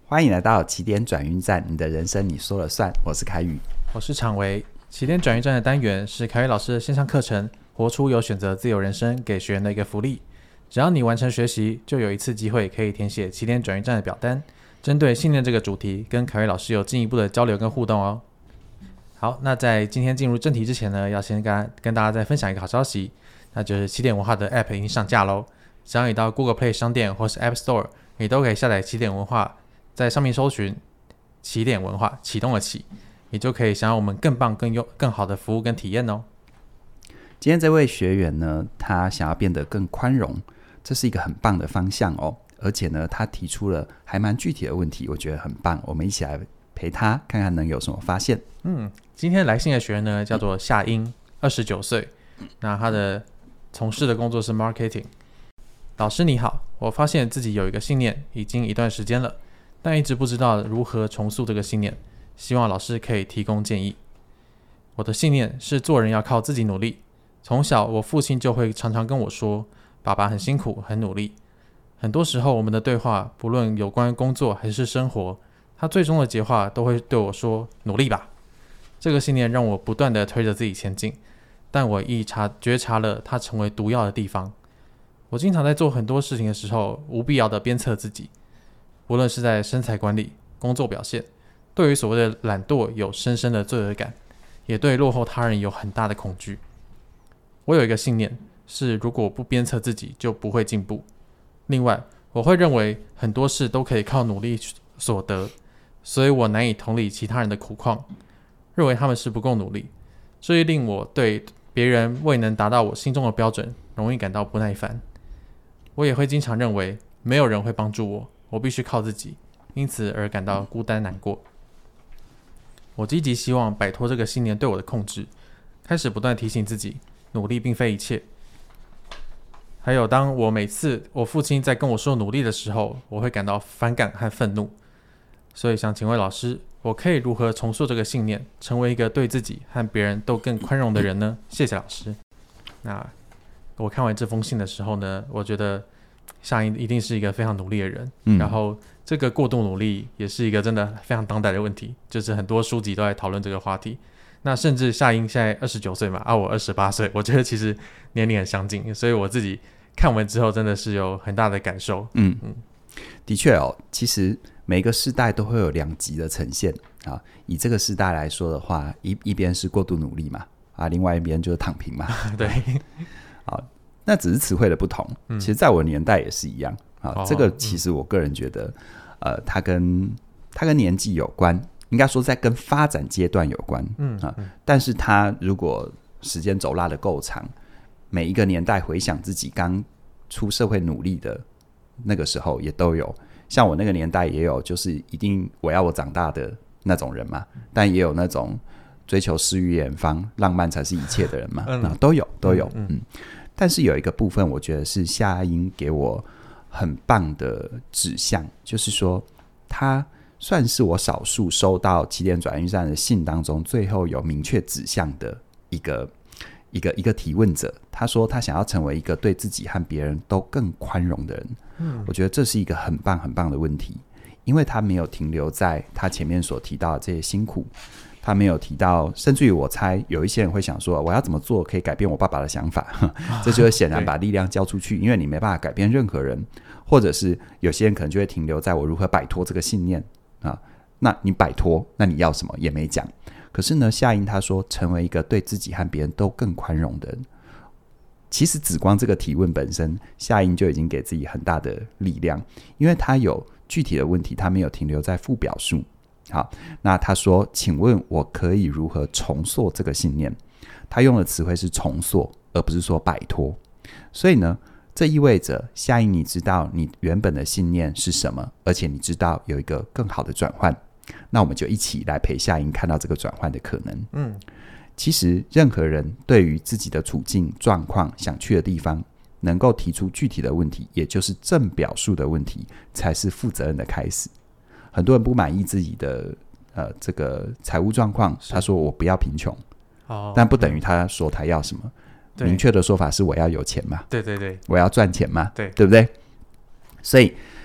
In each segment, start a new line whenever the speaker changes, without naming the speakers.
欢迎来到起点转运站，你的人生你说了算。我是凯宇，
我是常维。起点转运站的单元是凯宇老师的线上课程，活出有选择自由人生给学员的一个福利。只要你完成学习，就有一次机会可以填写起点转运站的表单，针对信念这个主题，跟凯宇老师有进一步的交流跟互动哦。好，那在今天进入正题之前呢，要先跟大家再分享一个好消息，那就是起点文化的 App 已经上架咯。只要你到 Google Play 商店或是 App Store， 你都可以下载起点文化，在上面搜寻起点文化，启动的启，你就可以享有我们更棒更好的服务跟体验哦。
今天这位学员呢，他想要变得更宽容，这是一个很棒的方向哦。而且呢，他提出了还蛮具体的问题，我觉得很棒。我们一起来陪他看看能有什么发现。
今天来信的学员呢，叫做夏英，29岁，那他的从事的工作是 marketing。老师你好，我发现自己有一个信念已经一段时间了，但一直不知道如何重塑这个信念，希望老师可以提供建议。我的信念是做人要靠自己努力。从小我父亲就会常常跟我说，爸爸很辛苦很努力。很多时候我们的对话，不论有关工作还是生活，他最终的结话都会对我说努力吧。这个信念让我不断地推着自己前进，但我觉察了它成为毒药的地方。我经常在做很多事情的时候，无必要的鞭策自己，无论是在身材管理、工作表现，对于所谓的懒惰有深深的罪恶感，也对落后他人有很大的恐惧。我有一个信念是，如果不鞭策自己，就不会进步。另外，我会认为很多事都可以靠努力所得，所以我难以同理其他人的苦况，认为他们是不够努力，这也令我对别人未能达到我心中的标准容易感到不耐烦。我也会经常认为没有人会帮助我，我必须靠自己，因此而感到孤单难过。我积极希望摆脱这个信念对我的控制，开始不断提醒自己，努力并非一切。还有当每次我父亲在跟我说努力的时候，我会感到反感和愤怒。所以想请问老师，我可以如何重塑这个信念，成为一个对自己和别人都更宽容的人呢？谢谢老师。那我看完这封信的时候呢，我觉得夏英一定是一个非常努力的人，然后这个过度努力也是一个真的非常当代的问题，就是很多书籍都在讨论这个话题。那甚至夏英现在29岁嘛，我28岁，我觉得其实年龄很相近，所以我自己看完之后真的是有很大的感受。
的确哦，其实每个世代都会有两极的呈现啊。以这个世代来说的话，一边是过度努力嘛，另外一边就是躺平嘛。
对，
好，那只是词汇的不同。其实在我的年代也是一样。这个其实我个人觉得，它跟年纪有关，应该说在跟发展阶段有关。但是它如果时间轴拉得够长，每一个年代回想自己刚出社会努力的那个时候也都有，像我那个年代也有，就是一定我要我长大的那种人嘛，但也有那种追求诗与远方浪漫才是一切的人嘛，都有。但是有一个部分我觉得是夏英给我很棒的指向，就是说他算是我少数收到起点转运站的信当中最后有明确指向的一个提问者。他说他想要成为一个对自己和别人都更宽容的人。我觉得这是一个很棒很棒的问题，因为他没有停留在他前面所提到的这些辛苦，他没有提到，甚至于我猜有一些人会想说，我要怎么做可以改变我爸爸的想法这就会显然把力量交出去，因为你没办法改变任何人，或者是有些人可能就会停留在我如何摆脱这个信念那你摆脱，那你要什么也没讲。可是呢，夏英他说成为一个对自己和别人都更宽容的人，其实只光这个提问本身，夏英就已经给自己很大的力量，因为他有具体的问题，他没有停留在副表述。好，那他说请问我可以如何重塑这个信念，他用的词汇是重塑，而不是说摆脱。所以呢，这意味着夏英你知道你原本的信念是什么，而且你知道有一个更好的转换，那我们就一起来陪夏英看到这个转换的可能。其实任何人对于自己的处境状况想去的地方能够提出具体的问题，也就是正表述的问题，才是负责任的开始。很多人不满意自己的这个财务状况，他说我不要贫穷，但不等于他说他要什么。明确的说法是我要有钱嘛，
对，
我要赚钱嘛，
对
不对？所以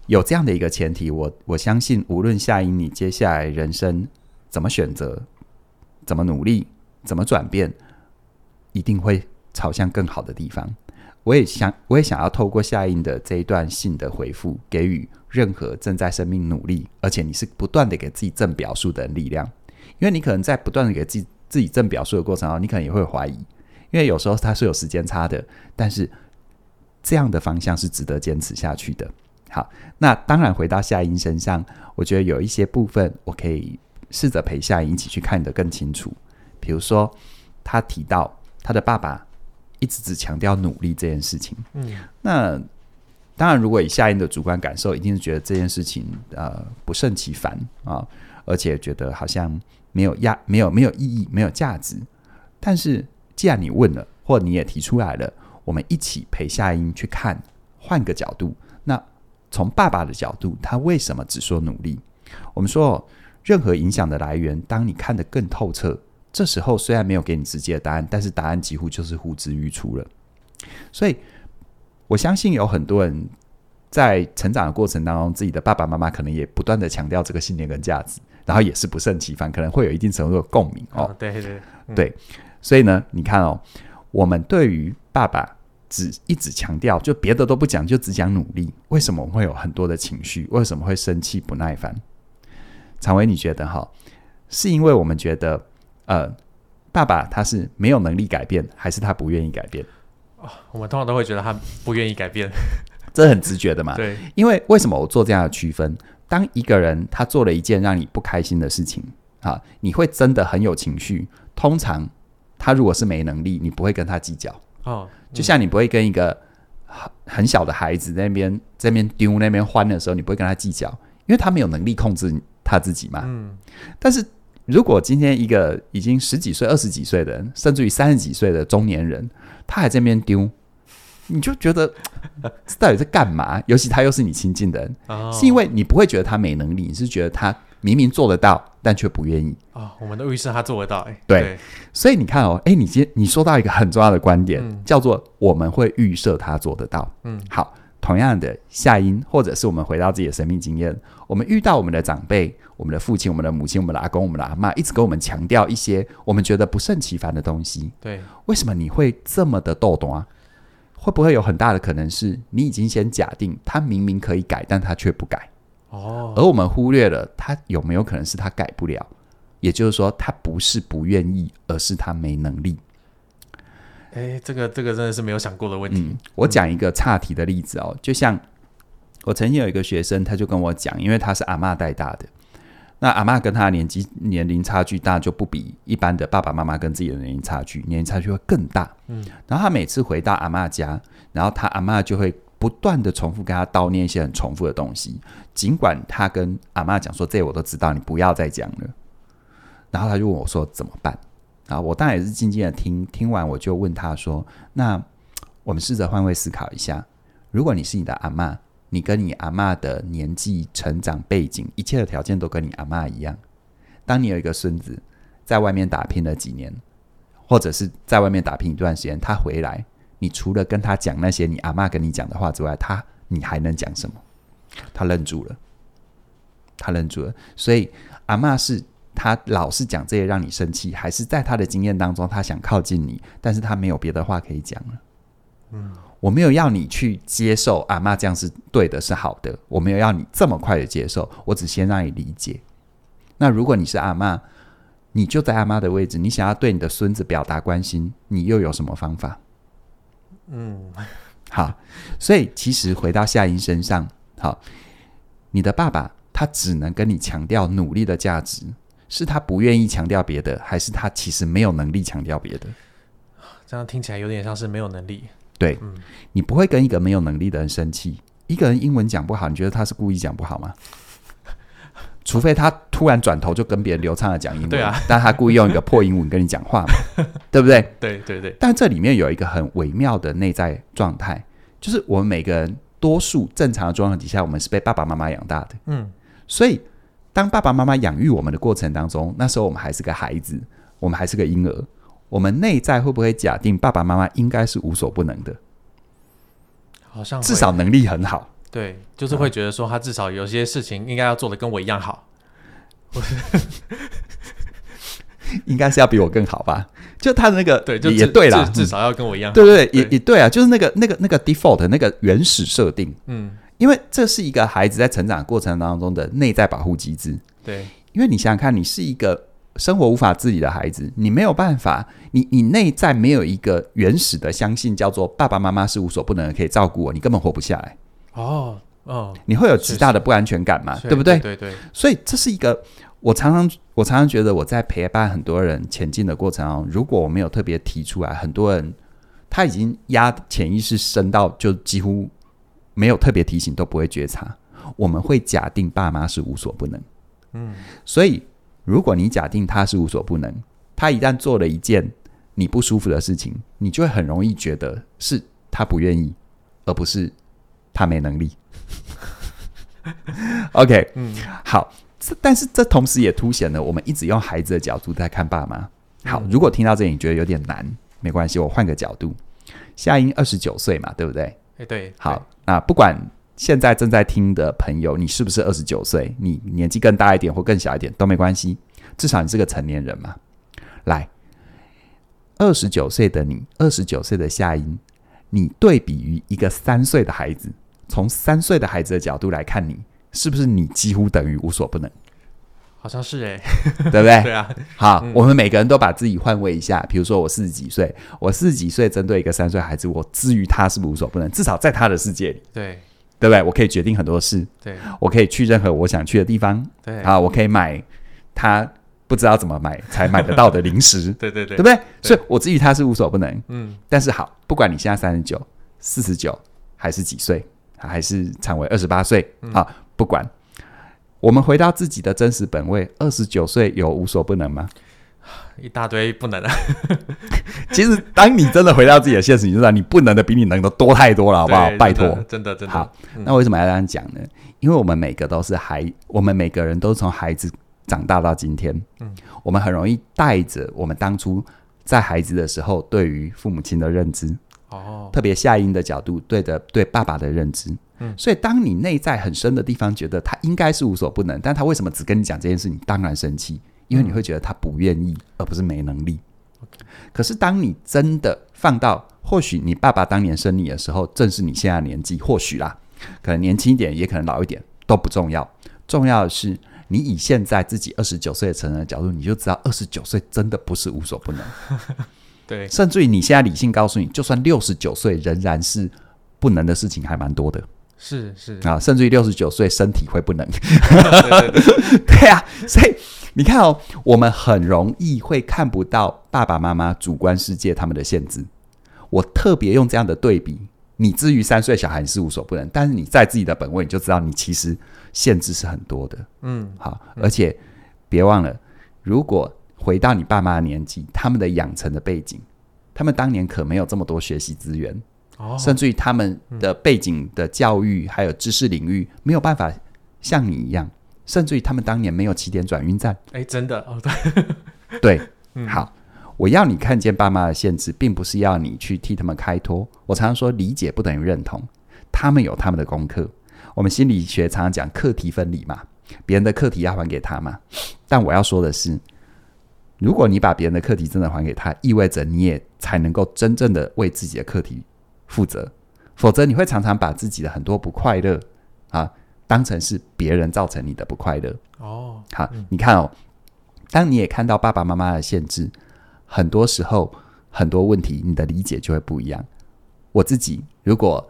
有这样的一个前提，我相信无论夏英你接下来人生怎么选择，怎么努力，怎么转变，一定会朝向更好的地方。我也想要透过夏英的这一段信的回复，给予任何正在生命努力，而且你是不断的给自己正表述的人力量。因为你可能在不断的给自己正表述的过程中，你可能也会怀疑，因为有时候它是有时间差的，但是这样的方向是值得坚持下去的。好，那当然回到夏英身上，我觉得有一些部分我可以试着陪夏英一起去看得更清楚。比如说他提到他的爸爸一直只强调努力这件事情，那当然如果以夏英的主观感受，一定是觉得这件事情不胜其烦啊，而且觉得好像没有意义，没有价值。但是既然你问了，或你也提出来了，我们一起陪夏英去看，换个角度。那从爸爸的角度，他为什么只说努力？我们说任何影响的来源，当你看得更透彻，这时候虽然没有给你直接的答案，但是答案几乎就是呼之欲出了。所以我相信有很多人在成长的过程当中，自己的爸爸妈妈可能也不断的强调这个信念跟价值，然后也是不胜其烦，可能会有一定程度的共鸣对，所以呢，你看我们对于爸爸一直强调，就别的都不讲，就只讲努力，为什么我们会有很多的情绪？为什么会生气不耐烦？常维，你觉得是因为我们觉得爸爸他是没有能力改变，还是他不愿意改变？
我们通常都会觉得他不愿意改变，
这很直觉的嘛。
对，
因为为什么我做这样的区分？当一个人他做了一件让你不开心的事情你会真的很有情绪。通常他如果是没能力，你不会跟他计较。就像你不会跟一个很小的孩子在那边丢那边欢的时候，你不会跟他计较，因为他没有能力控制他自己嘛。但是如果今天一个已经10几岁、20几岁的人，甚至于30几岁的中年人，他还在那边丢，你就觉得这到底在干嘛？尤其他又是你亲近的人，是因为你不会觉得他没能力，你是觉得他明明做得到，但却不愿意。
我们都预设他做得到。
对，所以你看你说到一个很重要的观点，叫做我们会预设他做得到。好，同样的夏英，或者是我们回到自己的生命经验，我们遇到我们的长辈，我们的父亲、我们的母亲、我们的阿公、我们的阿嬷，一直跟我们强调一些我们觉得不胜其烦的东西。
对，
为什么你会这么的斗懂啊？会不会有很大的可能是你已经先假定他明明可以改，但他却不改？而我们忽略了他有没有可能是他改不了，也就是说他不是不愿意，而是他没能力。
这个真的是没有想过的问题。
我讲一个岔题的例子就像我曾经有一个学生，他就跟我讲，因为他是阿嬷带大的，那阿嬷跟他的年龄差距大，就不比一般的爸爸妈妈跟自己的年龄差距会更大。然后他每次回到阿嬷家，然后他阿嬷就会不断的重复跟他叨念一些很重复的东西，尽管他跟阿嬷讲说这我都知道，你不要再讲了。然后他就问我说怎么办？我当然也是静静的听完，我就问他说，那我们试着换位思考一下，如果你是你的阿嬷，你跟你阿嬷的年纪、成长背景，一切的条件都跟你阿嬷一样，当你有一个孙子在外面打拼了几年，或者是在外面打拼一段时间，他回来，你除了跟他讲那些你阿嬷跟你讲的话之外，你还能讲什么？他愣住了。所以阿嬷是他老是讲这些让你生气，还是在他的经验当中他想靠近你，但是他没有别的话可以讲了。我没有要你去接受阿嬷这样是对的，是好的，我没有要你这么快的接受，我只先让你理解。那如果你是阿嬷，你就在阿嬷的位置，你想要对你的孙子表达关心，你又有什么方法？好，所以其实回到夏英身上，好，你的爸爸他只能跟你强调努力的价值，是他不愿意强调别的，还是他其实没有能力强调别的？
这样听起来有点像是没有能力。
对，你不会跟一个没有能力的人生气。一个人英文讲不好，你觉得他是故意讲不好吗？除非他突然转头就跟别人流畅的讲英文，
对啊，
但他故意用一个破英文跟你讲话嘛，对不对？
对对对。
但这里面有一个很微妙的内在状态，就是我们每个人多数正常的状况底下，我们是被爸爸妈妈养大的。所以当爸爸妈妈养育我们的过程当中，那时候我们还是个孩子，我们还是个婴儿，我们内在会不会假定爸爸妈妈应该是无所不能的？
好像
至少能力很好。
对，就是会觉得说他至少有些事情应该要做的跟我一样好，
应该是要比我更好吧？就他的那个
对，就
也对啦，
至少要跟我一样好。
对对对，也对啊，就是那个 default 那个原始设定，因为这是一个孩子在成长过程当中的内在保护机制。
对，
因为你想想看，你是一个生活无法自理的孩子，你没有办法，你内在没有一个原始的相信叫做爸爸妈妈是无所不能的，可以照顾我，你根本活不下来。你会有极大的不安全感嘛，对不对？
对对。
所以这是一个我常常觉得我在陪伴很多人前进的过程中，如果我没有特别提出来，很多人他已经潜意识深到就几乎没有特别提醒都不会觉察。我们会假定爸妈是无所不能，所以如果你假定他是无所不能，他一旦做了一件你不舒服的事情，你就会很容易觉得是他不愿意，而不是他没能力。OK， 好，但是这同时也凸显了我们一直用孩子的角度在看爸妈。好，如果听到这里你觉得有点难，没关系，我换个角度。夏英29岁嘛，对不对？
对。
好，那不管现在正在听的朋友，你是不是29岁，你年纪更大一点或更小一点都没关系，至少你是个成年人嘛。来，29岁的你，29岁的夏英，你对比于一个3岁的孩子，从3岁的孩子的角度来看你，是不是你几乎等于无所不能？
好像是
对不对？
对啊。
好，我们每个人都把自己换位一下，比如说我40几岁，我40几岁针对一个3岁孩子，我至于他是不是无所不能，至少在他的世界里，
对
不对？我可以决定很多事，
对，
我可以去任何我想去的地方，
对
啊，我可以买他不知道怎么买才买得到的零食，
对对对，
对不对？所以我至于他是无所不能，但是好，不管你现在39、49还是几岁，还是长为28岁，不管。我们回到自己的真实本位，29岁有无所不能吗？
一大堆不能啊。
其实当你真的回到自己的现实，你就知道你不能的比你能的多太多了，好不好？拜托，
真的
好。那为什么要这样讲呢？因为我们每个都是我们每个人都是从孩子长大到今天，我们很容易带着我们当初在孩子的时候对于父母亲的认知，特别夏英的角度对爸爸的认知。所以当你内在很深的地方觉得他应该是无所不能，但他为什么只跟你讲这件事，你当然生气，因为你会觉得他不愿意，而不是没能力。可是当你真的放到或许你爸爸当年生你的时候正是你现在的年纪，或许啦，可能年轻一点也可能老一点都不重要，重要的是你以现在自己29岁的成人的角度，你就知道29岁真的不是无所不能。
对，
甚至于你现在理性告诉你，就算69岁仍然是不能的事情还蛮多的。
是
啊，甚至于69岁身体会不能。
对
对啊，所以你看哦，我们很容易会看不到爸爸妈妈主观世界他们的限制。我特别用这样的对比，你至于3岁小孩你是无所不能，但是你在自己的本位，你就知道你其实限制是很多的。好，而且别忘了，如果回到你爸妈的年纪，他们的养成的背景，他们当年可没有这么多学习资源。甚至于他们的背景的教育还有知识领域没有办法像你一样，甚至于他们当年没有起点转运站。
真的
对，好，我要你看见爸妈的限制，并不是要你去替他们开脱。我常常说理解不等于认同，他们有他们的功课。我们心理学常常讲课题分离嘛，别人的课题要还给他嘛。但我要说的是，如果你把别人的课题真的还给他，意味着你也才能够真正的为自己的课题负责，否则你会常常把自己的很多不快乐当成是别人造成你的不快乐。好，你看哦，当你也看到爸爸妈妈的限制，很多时候很多问题你的理解就会不一样。我自己如果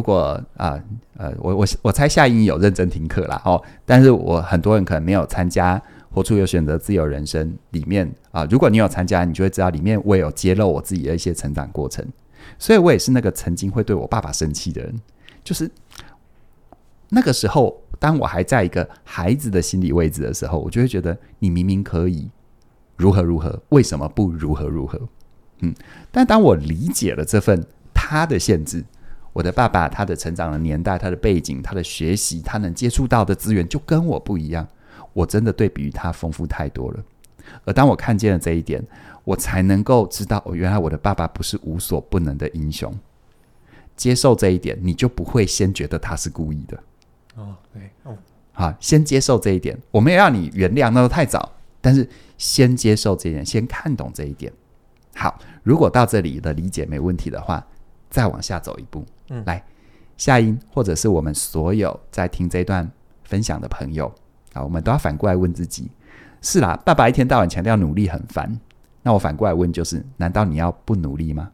我猜夏英有认真听课啦但是我很多人可能没有参加活出有选择自由人生里面如果你有参加，你就会知道里面我也有揭露我自己的一些成长过程。所以我也是那个曾经会对我爸爸生气的人，就是那个时候当我还在一个孩子的心理位置的时候，我就会觉得你明明可以如何如何，为什么不如何如何？但当我理解了这份他的限制，我的爸爸他的成长的年代，他的背景，他的学习，他能接触到的资源就跟我不一样，我真的对比于他丰富太多了。而当我看见了这一点，我才能够知道原来我的爸爸不是无所不能的英雄。 接受这一点，你就不会先觉得他是故意的。
对
好，先接受这一点，我没有要你原谅，那都太早，但是先接受这一点，先看懂这一点。好，如果到这里的理解没问题的话，再往下走一步。来，夏英或者是我们所有在听这段分享的朋友，好，我们都要反过来问自己，是啦，爸爸一天到晚强调努力很烦，那我反过来问就是，难道你要不努力吗？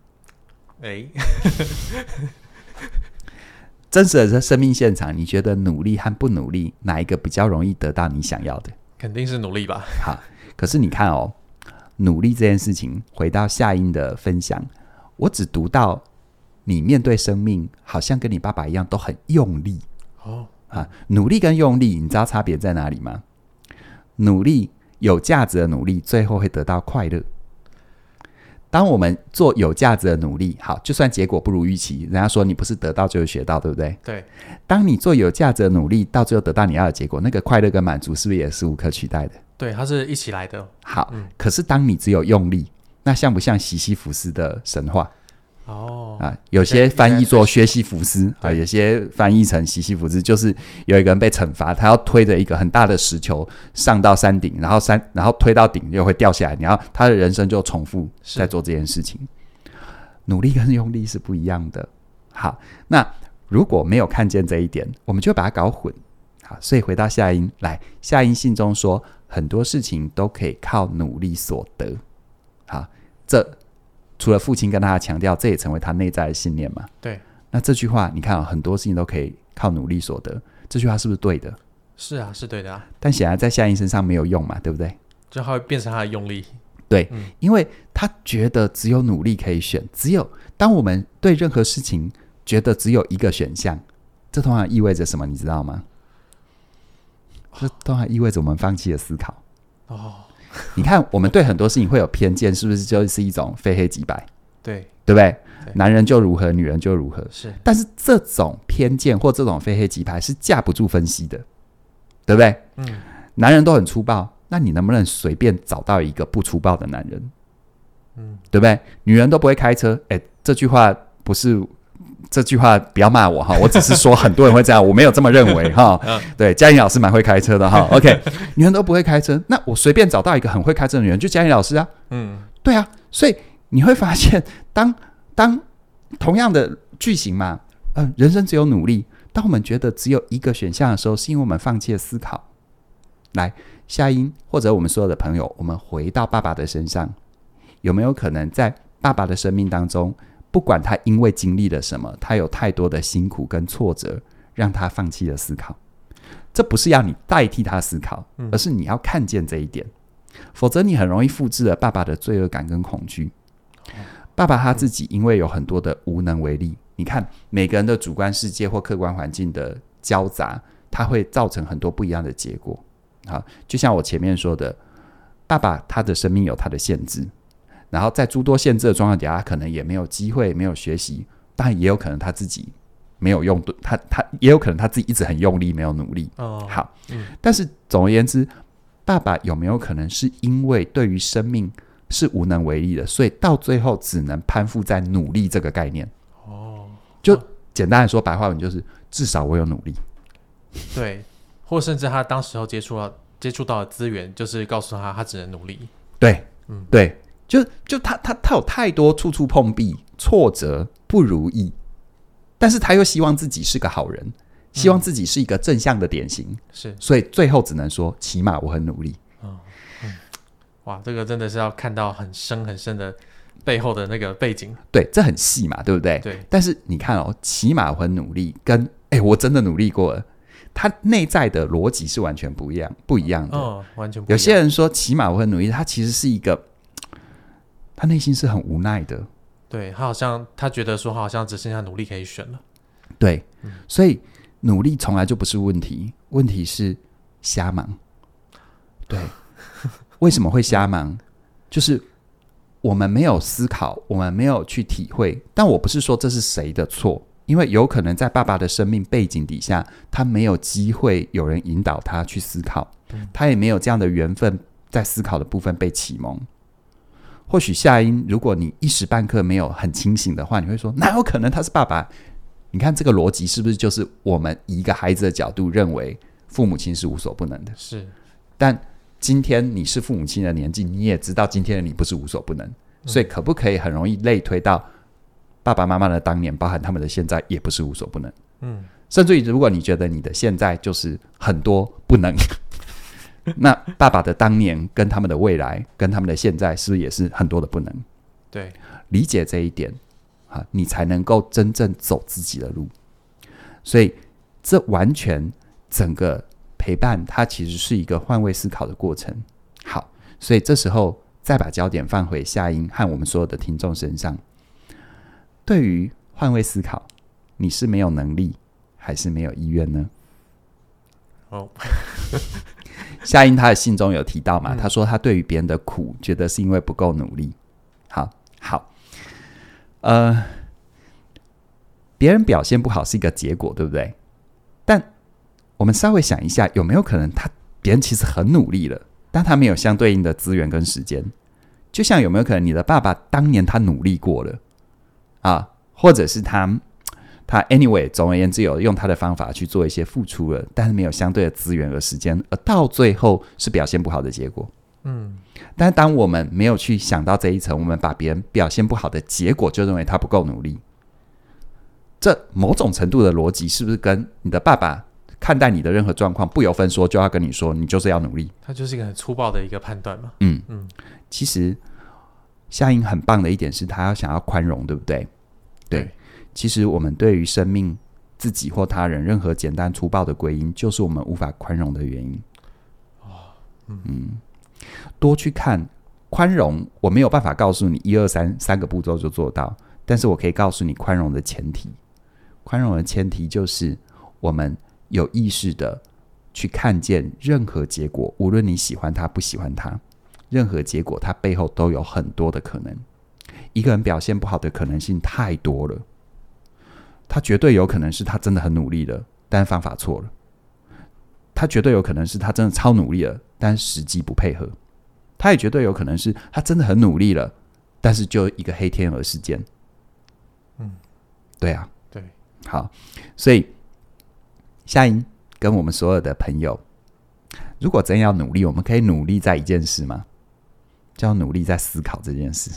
真实的生命现场，你觉得努力和不努力哪一个比较容易得到你想要的？
肯定是努力吧。
好，可是你看哦，努力这件事情，回到夏英的分享，我只读到你面对生命好像跟你爸爸一样都很用力。努力跟用力你知道差别在哪里吗？努力有价值的努力最后会得到快乐。当我们做有价值的努力，好，就算结果不如预期，人家说你不是得到就是学到，对不对？
对。
当你做有价值的努力，到最后得到你要的结果，那个快乐跟满足是不是也是无可取代的？
对，它是一起来的。
好，可是当你只有用力，那像不像西西弗斯的神话？有些翻译作薛西弗斯有些翻译成西西弗斯，就是有一个人被惩罚，他要推着一个很大的石球上到山顶，然后推到顶又会掉下来，然后他的人生就重复在做这件事情。努力跟用力是不一样的。好，那如果没有看见这一点，我们就把它搞混。好，所以回到夏英来，夏英信中说很多事情都可以靠努力所得。好，这除了父亲跟他强调，这也成为他内在的信念嘛？
对。
那这句话你看很多事情都可以靠努力所得，这句话是不是对的？
是啊，是对的啊。
但显然在夏英身上没有用嘛，对不对？
就他会变成他的用力。
对，因为他觉得只有努力可以选，只有当我们对任何事情觉得只有一个选项，这通常意味着什么？你知道吗？这通常意味着我们放弃了思考。你看我们对很多事情会有偏见，是不是就是一种非黑即白？
对
不对？男人就如何，女人就如何。
是，
但是这种偏见或这种非黑即白是架不住分析的，对不对？男人都很粗暴，那你能不能随便找到一个不粗暴的男人？对不对？女人都不会开车，这句话不是。这句话不要骂我哈，我只是说很多人会这样，我没有这么认为哈。对，嘉颖老师蛮会开车的哈。OK， 女人都不会开车，那我随便找到一个很会开车的女人，就嘉颖老师啊。对啊，所以你会发现，当同样的句型嘛，人生只有努力。当我们觉得只有一个选项的时候，是因为我们放弃了思考。来，夏英或者我们所有的朋友，我们回到爸爸的身上，有没有可能在爸爸的生命当中？不管他因为经历了什么，他有太多的辛苦跟挫折，让他放弃了思考。这不是要你代替他思考，而是你要看见这一点，否则你很容易复制了爸爸的罪恶感跟恐惧。爸爸他自己因为有很多的无能为力，你看每个人的主观世界或客观环境的交杂，它会造成很多不一样的结果。好，就像我前面说的，爸爸他的生命有他的限制，然后在诸多限制的状况底下，他可能也没有机会，没有学习，当然也有可能他自己没有用，他也有可能他自己一直很用力，没有努力。好，但是总而言之，爸爸有没有可能是因为对于生命是无能为力的，所以到最后只能攀附在努力这个概念？就简单的说，白话文就是至少我有努力。对，
或甚至他当时候接触到的资源，就是告诉他只能努力。
对，对。就他有太多处处碰壁、挫折、不如意，但是他又希望自己是个好人，希望自己是一个正向的典型，
是，
所以最后只能说，起码我很努力。
哇，这个真的是要看到很深很深的背后的那个背景。
对，这很细嘛，对不对？
对。
但是你看起码我很努力，跟我真的努力过了，他内在的逻辑是完全不一样的。
完全不一样。
有些人说起码我很努力，他其实是一个。他内心是很无奈的，
对，他觉得说他好像只剩下努力可以选了。
对，所以努力从来就不是问题，问题是瞎忙。对，为什么会瞎忙？就是我们没有思考，我们没有去体会。但我不是说这是谁的错，因为有可能在爸爸的生命背景底下，他没有机会有人引导他去思考，他也没有这样的缘分在思考的部分被启蒙。或许夏英，如果你一时半刻没有很清醒的话，你会说哪有可能他是爸爸？ 你看这个逻辑是不是就是我们以一个孩子的角度认为父母亲是无所不能的？
是。
但今天你是父母亲的年纪，你也知道今天的你不是无所不能，所以可不可以很容易类推到爸爸妈妈的当年，包含他们的现在也不是无所不能？甚至于如果你觉得你的现在就是很多不能那爸爸的当年跟他们的未来跟他们的现在是不是也是很多的不能？
对，
理解这一点你才能够真正走自己的路。所以这完全整个陪伴它其实是一个换位思考的过程。好，所以这时候再把焦点放回夏英和我们所有的听众身上，对于换位思考，你是没有能力还是没有意愿呢？夏英他的信中有提到嘛，他说他对于别人的苦觉得是因为不够努力。好，别人表现不好是一个结果，对不对？但我们稍微想一下，有没有可能别人其实很努力了，但他没有相对应的资源跟时间？就像有没有可能你的爸爸当年他努力过了或者是他 anyway 总而言之有用他的方法去做一些付出了，但是没有相对的资源和时间，而到最后是表现不好的结果。但是当我们没有去想到这一层，我们把别人表现不好的结果就认为他不够努力，这某种程度的逻辑是不是跟你的爸爸看待你的任何状况不由分说就要跟你说你就是要努力？
他就是一个很粗暴的一个判断嘛。
其实夏英很棒的一点是他想要宽容，对不对？对，其实我们对于生命、自己或他人任何简单粗暴的归因，就是我们无法宽容的原因。多去看宽容，我没有办法告诉你1、2、3个步骤就做到，但是我可以告诉你宽容的前提。宽容的前提就是我们有意识的去看见任何结果，无论你喜欢它不喜欢它，任何结果它背后都有很多的可能。一个人表现不好的可能性太多了，他绝对有可能是他真的很努力了，但方法错了；他绝对有可能是他真的超努力了，但时机不配合；他也绝对有可能是他真的很努力了，但是就一个黑天鹅事件。对啊，
对，
好，所以夏英跟我们所有的朋友，如果真要努力，我们可以努力在一件事吗？叫努力在思考这件事。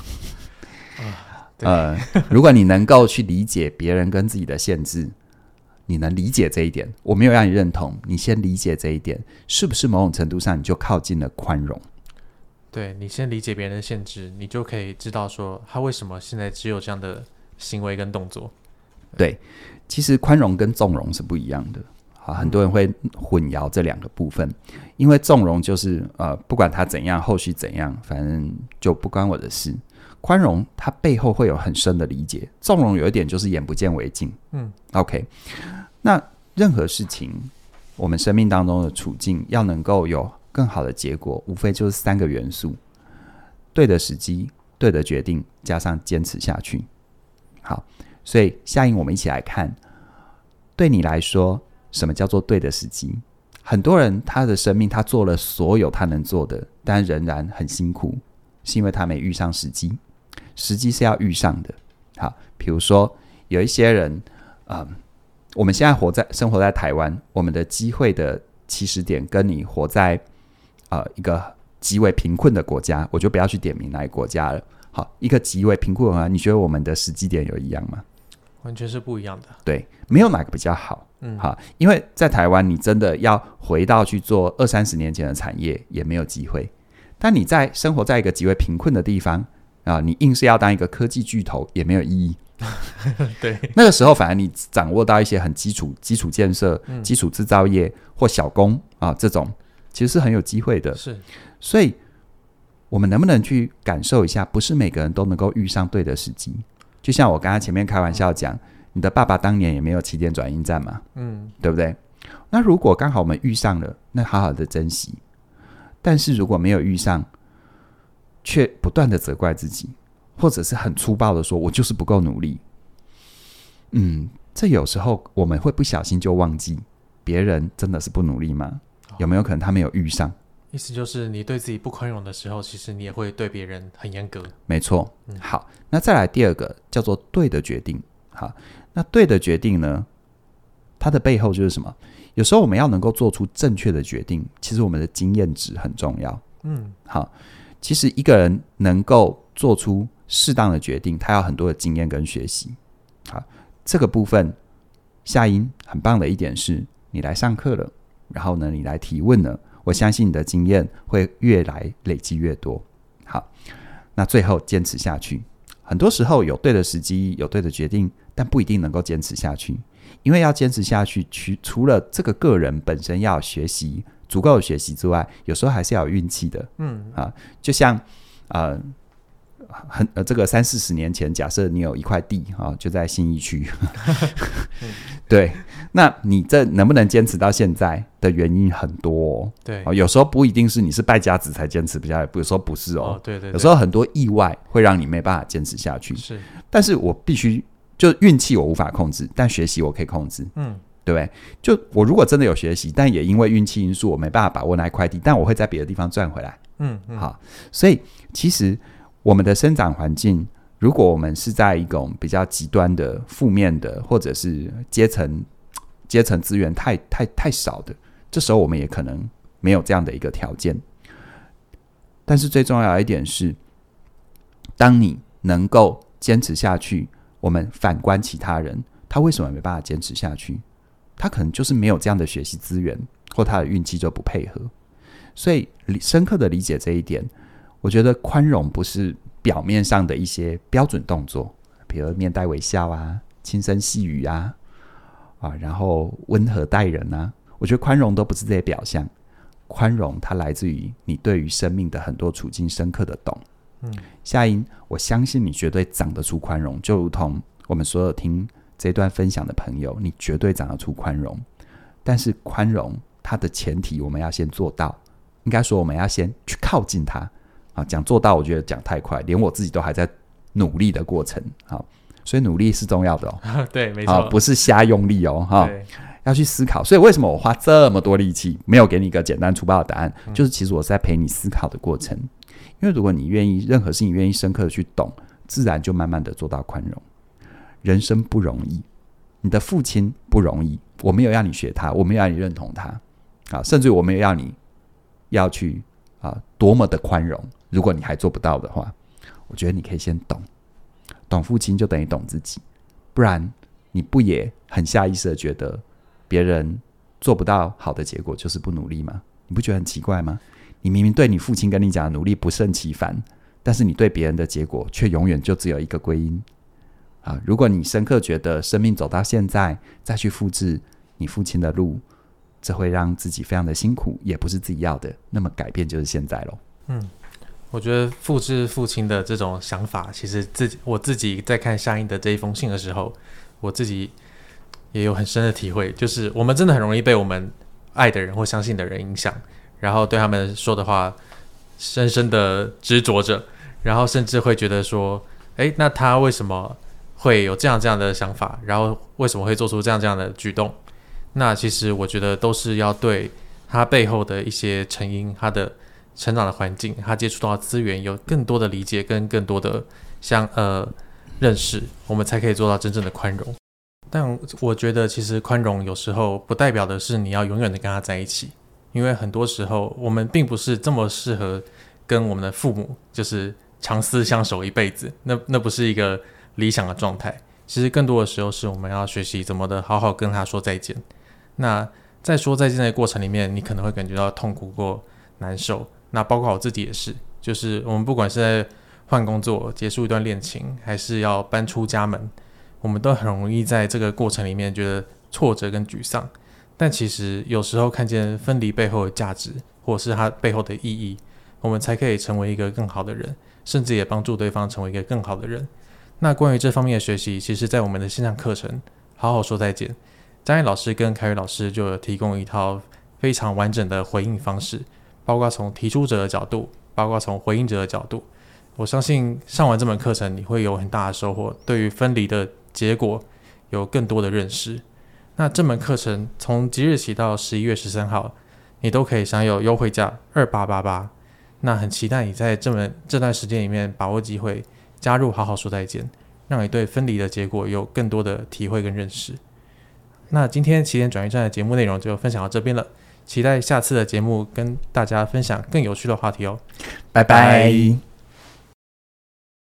如果你能够去理解别人跟自己的限制，你能理解这一点，我没有让你认同，你先理解这一点，是不是某种程度上你就靠近了宽容？
对，你先理解别人的限制，你就可以知道说他为什么现在只有这样的行为跟动作。
对，其实宽容跟纵容是不一样的。很多人会混淆这两个部分，因为纵容就是不管他怎样，后续怎样，反正就不关我的事。宽容它背后会有很深的理解，纵容有一点就是眼不见为净。OK， 那任何事情，我们生命当中的处境要能够有更好的结果，无非就是3个元素：对的时机、对的决定，加上坚持下去。好，所以夏英我们一起来看，对你来说什么叫做对的时机？很多人他的生命他做了所有他能做的，但仍然很辛苦，是因为他没遇上时机。时机是要遇上的。好，比如说有一些人我们现在生活在台湾，我们的机会的起始点跟你活在一个极为贫困的国家，我就不要去点名哪个国家了。好，一个极为贫困的国家，你觉得我们的时机点有一样吗？
完全是不一样的。
对，没有哪个比较好。好，因为在台湾你真的要回到去做20-30年前的产业也没有机会，但你生活在一个极为贫困的地方你硬是要当一个科技巨头也没有意义。
对，
那个时候反而你掌握到一些很基础建设、基础制造业或小工这种其实是很有机会的。
是，
所以我们能不能去感受一下，不是每个人都能够遇上对的时机。就像我刚才前面开玩笑讲，你的爸爸当年也没有起点转运站嘛，对不对？那如果刚好我们遇上了，那好好的珍惜。但是如果没有遇上，却不断的责怪自己，或者是很粗暴的说我就是不够努力，这有时候我们会不小心就忘记别人真的是不努力吗？有没有可能他没有遇上？
意思就是你对自己不宽容的时候，其实你也会对别人很严格。
没错。好，那再来第二个叫做对的决定。 好，那对的决定呢，它的背后就是什么？有时候我们要能够做出正确的决定，其实我们的经验值很重要。好，其实一个人能够做出适当的决定，他要很多的经验跟学习。好，这个部分夏英很棒的一点是，你来上课了，然后呢，你来提问了，我相信你的经验会越来累积越多。好，那最后坚持下去。很多时候有对的时机，有对的决定，但不一定能够坚持下去。因为要坚持下去，除了这个个人本身要学习足够的学习之外，有时候还是要有运气的。就像这个30-40年前，假设你有一块地就在信义区，对，那你这能不能坚持到现在的原因很多
对，
有时候不一定是你是败家子才坚持不下来，有时候不是
对，
有时候很多意外会让你没办法坚持下去。
是，
但是我必须就运气我无法控制，但学习我可以控制。对不对？就我如果真的有学习，但也因为运气因素我没办法把握那一块地，但我会在别的地方赚回来。好，所以其实我们的生长环境，如果我们是在一种比较极端的负面的，或者是阶层资源太少的，这时候我们也可能没有这样的一个条件。但是最重要的一点是，当你能够坚持下去，我们反观其他人，他为什么没办法坚持下去？他可能就是没有这样的学习资源，或他的运气就不配合。所以深刻的理解这一点，我觉得宽容不是表面上的一些标准动作，比如面带微笑啊、轻声细语啊，然后温和待人啊。我觉得宽容都不是这些表象，宽容它来自于你对于生命的很多处境深刻的懂。夏英，我相信你绝对长得出宽容，就如同我们所有听这段分享的朋友，你绝对长得出宽容。但是宽容它的前提我们要先做到，应该说我们要先去靠近它。讲做到我觉得讲太快，连我自己都还在努力的过程。所以努力是重要的
对，没错，
不是瞎用力要去思考。所以为什么我花这么多力气没有给你一个简单粗暴的答案，就是其实我是在陪你思考的过程。因为如果你愿意，任何事情愿意深刻的去懂，自然就慢慢的做到宽容。人生不容易，你的父亲不容易，我没有要你学他，我没有要你认同他甚至我没有要你要去多么的宽容。如果你还做不到的话，我觉得你可以先懂父亲，就等于懂自己。不然你不也很下意识的觉得别人做不到好的结果就是不努力吗？你不觉得很奇怪吗？你明明对你父亲跟你讲的努力不胜其烦，但是你对别人的结果却永远就只有一个归因如果你深刻觉得生命走到现在再去复制你父亲的路，这会让自己非常的辛苦，也不是自己要的，那么改变就是现在咯。
我觉得复制父亲的这种想法，其实我自己在看夏英的这一封信的时候，我自己也有很深的体会，就是我们真的很容易被我们爱的人或相信的人影响，然后对他们说的话深深的执着着，然后甚至会觉得说，那他为什么会有这样的想法，然后为什么会做出这样的举动？那其实我觉得都是要对他背后的一些成因，他的成长的环境，他接触到的资源有更多的理解跟更多的认识，我们才可以做到真正的宽容。但我觉得其实宽容有时候不代表的是你要永远的跟他在一起，因为很多时候我们并不是这么适合跟我们的父母就是长厮相守一辈子，那不是一个理想的状态。其实更多的时候是我们要学习怎么的好好跟他说再见。那在说再见的过程里面，你可能会感觉到痛苦或难受，那包括我自己也是，就是我们不管是在换工作、结束一段恋情，还是要搬出家门，我们都很容易在这个过程里面觉得挫折跟沮丧。但其实有时候看见分离背后的价值，或是它背后的意义，我们才可以成为一个更好的人，甚至也帮助对方成为一个更好的人。那关于这方面的学习，其实在我们的线上课程好好说再见，张毅老师跟凯宇老师就有提供一套非常完整的回应方式，包括从提出者的角度，包括从回应者的角度。我相信上完这门课程你会有很大的收获，对于分离的结果有更多的认识。那这门课程从即日起到11月13号，你都可以享有优惠价2888。那很期待你在这段时间里面把握机会加入好好说再见， 让你对分离的结果有更多的体会跟认识。那今天起点转运站的节目内容就分享到这边了，期待下次的节目跟大家分享更有趣的话题哦。
拜拜。